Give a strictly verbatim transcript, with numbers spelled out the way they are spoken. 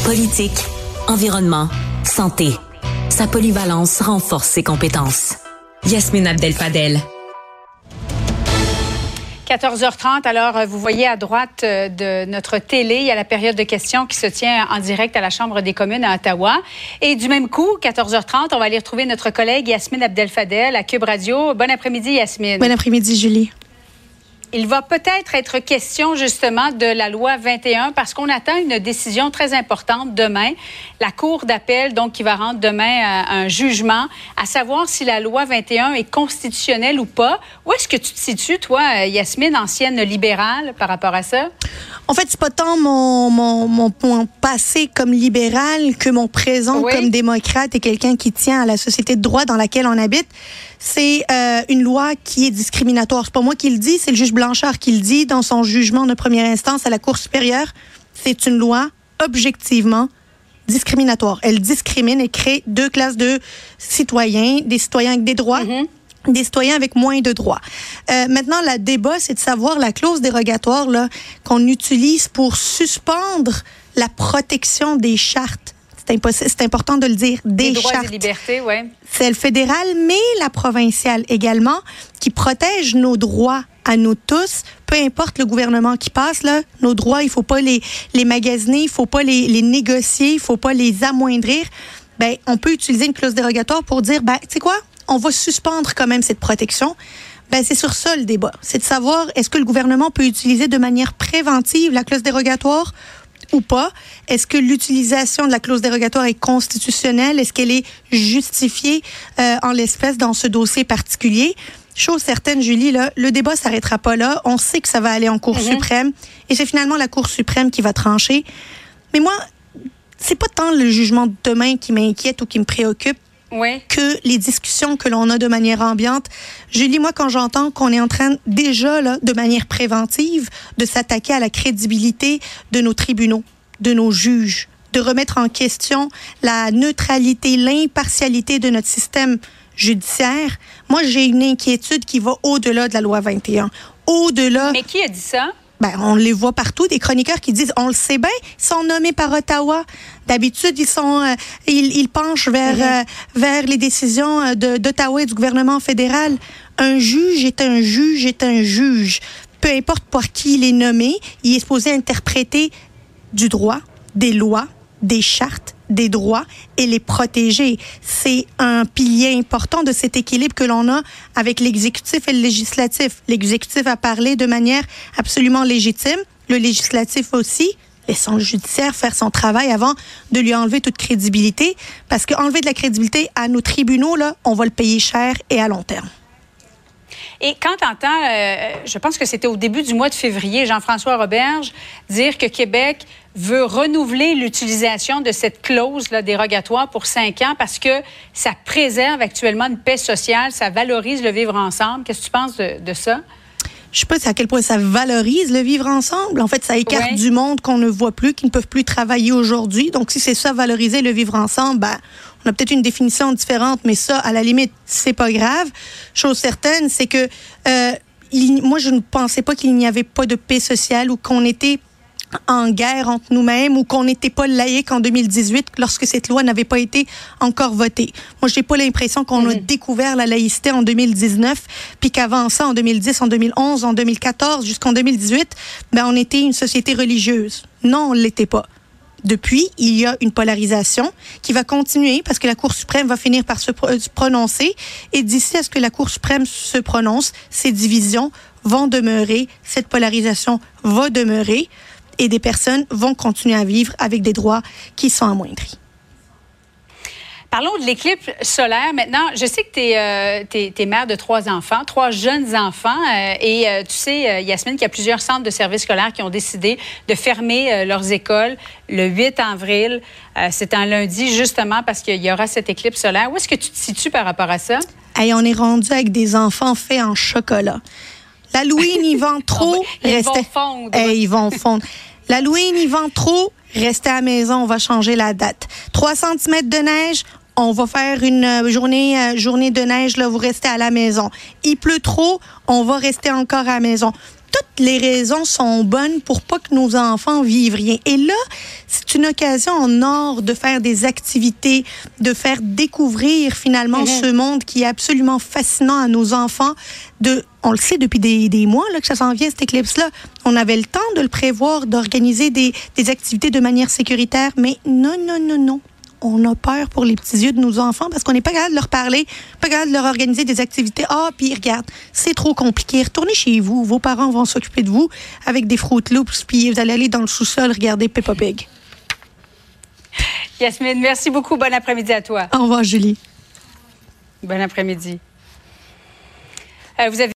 Politique, environnement, santé. Sa polyvalence renforce ses compétences. Yasmine Abdel-Fadel. quatorze heures trente, alors vous voyez à droite de notre télé, il y a la période de questions qui se tient en direct à la Chambre des communes à Ottawa. Et du même coup, quatorze heures trente, on va aller retrouver notre collègue Yasmine Abdel-Fadel à Cube Radio. Bon après-midi, Yasmine. Bon après-midi, Julie. Il va peut-être être question justement de la loi vingt et un parce qu'on attend une décision très importante demain. La Cour d'appel, donc, qui va rendre demain euh, un jugement, à savoir si la loi vingt et un est constitutionnelle ou pas. Où est-ce que tu te situes, toi, Yasmine, ancienne libérale, par rapport à ça? En fait, c'est pas tant mon, mon, mon, mon passé comme libéral que mon présent oui. comme démocrate et quelqu'un qui tient à la société de droit dans laquelle on habite. C'est euh, une loi qui est discriminatoire. C'est pas moi qui le dis, c'est le juge Blanchard qui le dit dans son jugement de première instance à la Cour supérieure. C'est une loi objectivement discriminatoire. Elle discrimine et crée deux classes de citoyens, des citoyens avec des droits, mm-hmm. des citoyens avec moins de droits. Euh, maintenant, le débat, c'est de savoir la clause dérogatoire là, qu'on utilise pour suspendre la protection des chartes. C'est, impossible, c'est important de le dire, des, des droits chartes. et libertés, oui. C'est le fédéral, mais la provinciale également, qui protège nos droits à nous tous, peu importe le gouvernement qui passe, là, nos droits, il ne faut pas les, les magasiner, il ne faut pas les, les négocier, il ne faut pas les amoindrir. Ben, on peut utiliser une clause dérogatoire pour dire, ben, tu sais quoi, on va suspendre quand même cette protection. Ben, c'est sur ça le débat. C'est de savoir, est-ce que le gouvernement peut utiliser de manière préventive la clause dérogatoire ou pas? Est-ce que l'utilisation de la clause dérogatoire est constitutionnelle? Est-ce qu'elle est justifiée euh, en l'espèce dans ce dossier particulier? Chose certaine, Julie, là, le débat s'arrêtera pas là. On sait que ça va aller en Cour mm-hmm. suprême et c'est finalement la Cour suprême qui va trancher. Mais moi, c'est pas tant le jugement de demain qui m'inquiète ou qui me préoccupe oui. que les discussions que l'on a de manière ambiante. Julie, moi, quand j'entends qu'on est en train déjà, là, de manière préventive, de s'attaquer à la crédibilité de nos tribunaux, de nos juges, de remettre en question la neutralité, l'impartialité de notre système judiciaire, moi, j'ai une inquiétude qui va au-delà de la loi vingt et un. Au-delà... Mais qui a dit ça? Ben, on les voit partout, des chroniqueurs qui disent, on le sait bien, ils sont nommés par Ottawa. D'habitude, ils sont, euh, ils, ils penchent vers, mm-hmm. euh, vers les décisions de, d'Ottawa et du gouvernement fédéral. Un juge est un juge est un juge. Peu importe par qui il est nommé, il est supposé interpréter du droit, des lois, des chartes, des droits et les protéger. C'est un pilier important de cet équilibre que l'on a avec l'exécutif et le législatif. L'exécutif a parlé de manière absolument légitime, le législatif aussi. Laissons le judiciaire faire son travail avant de lui enlever toute crédibilité, parce qu'enlever de la crédibilité à nos tribunaux, là, on va le payer cher et à long terme. Et quand tu entends, euh, je pense que c'était au début du mois de février, Jean-François Roberge dire que Québec veut renouveler l'utilisation de cette clause là, dérogatoire pour cinq ans parce que ça préserve actuellement une paix sociale, ça valorise le vivre ensemble. Qu'est-ce que tu penses de, de ça? Je ne sais pas à quel point ça valorise le vivre ensemble. En fait, ça écarte ouais. du monde qu'on ne voit plus, qui ne peuvent plus travailler aujourd'hui. Donc, si c'est ça, valoriser le vivre ensemble, ben, on a peut-être une définition différente, mais ça, à la limite, c'est pas grave. Chose certaine, c'est que euh, il, moi, je ne pensais pas qu'il n'y avait pas de paix sociale ou qu'on était en guerre entre nous-mêmes ou qu'on n'était pas laïque en deux mille dix-huit lorsque cette loi n'avait pas été encore votée. Moi, j'ai pas l'impression qu'on mmh. a découvert la laïcité en deux mille dix-neuf, puis qu'avant ça, en deux mille dix, en deux mille onze, en deux mille quatorze, jusqu'en deux mille dix-huit, ben, on était une société religieuse. Non, on l'était pas. Depuis, il y a une polarisation qui va continuer parce que la Cour suprême va finir par se prononcer. Et d'ici à ce que la Cour suprême se prononce, ces divisions vont demeurer, cette polarisation va demeurer. Et des personnes vont continuer à vivre avec des droits qui sont amoindris. Parlons de l'éclipse solaire maintenant. Je sais que tu es euh, t'es, t'es mère de trois enfants, trois jeunes enfants. Euh, et euh, tu sais, euh, Yasmine, qu'il y a plusieurs centres de services scolaires qui ont décidé de fermer euh, leurs écoles le huit avril. Euh, c'est un lundi, justement, parce qu'il y aura cette éclipse solaire. Où est-ce que tu te situes par rapport à ça? Hey, on est rendu avec des enfants faits en chocolat. L'Halloween, ils vendent trop. Ils restait... vont fondre. Hey, ils vont fondre. L'Halloween, ils vendent trop. Restez à la maison, on va changer la date. trois centimètres de neige, on va faire une journée, euh, journée de neige, là, vous restez à la maison. Il pleut trop, on va rester encore à la maison. Toutes les raisons sont bonnes pour pas que nos enfants vivent rien. Et là, c'est c'est une occasion en or de faire des activités, de faire découvrir finalement mm-hmm. ce monde qui est absolument fascinant à nos enfants. De, on le sait depuis des, des mois là, que ça s'en vient, cette éclipse-là. On avait le temps de le prévoir, d'organiser des, des activités de manière sécuritaire, mais non, non, non, non. On a peur pour les petits yeux de nos enfants parce qu'on n'est pas capable de leur parler, pas capable de leur organiser des activités. Ah, puis regarde, c'est trop compliqué. Retournez chez vous. Vos parents vont s'occuper de vous avec des Fruit Loops, puis vous allez aller dans le sous-sol regarder Peppa Pig. Yasmine, merci beaucoup. Bon après-midi à toi. Au revoir, Julie. Bon après-midi. Euh, vous avez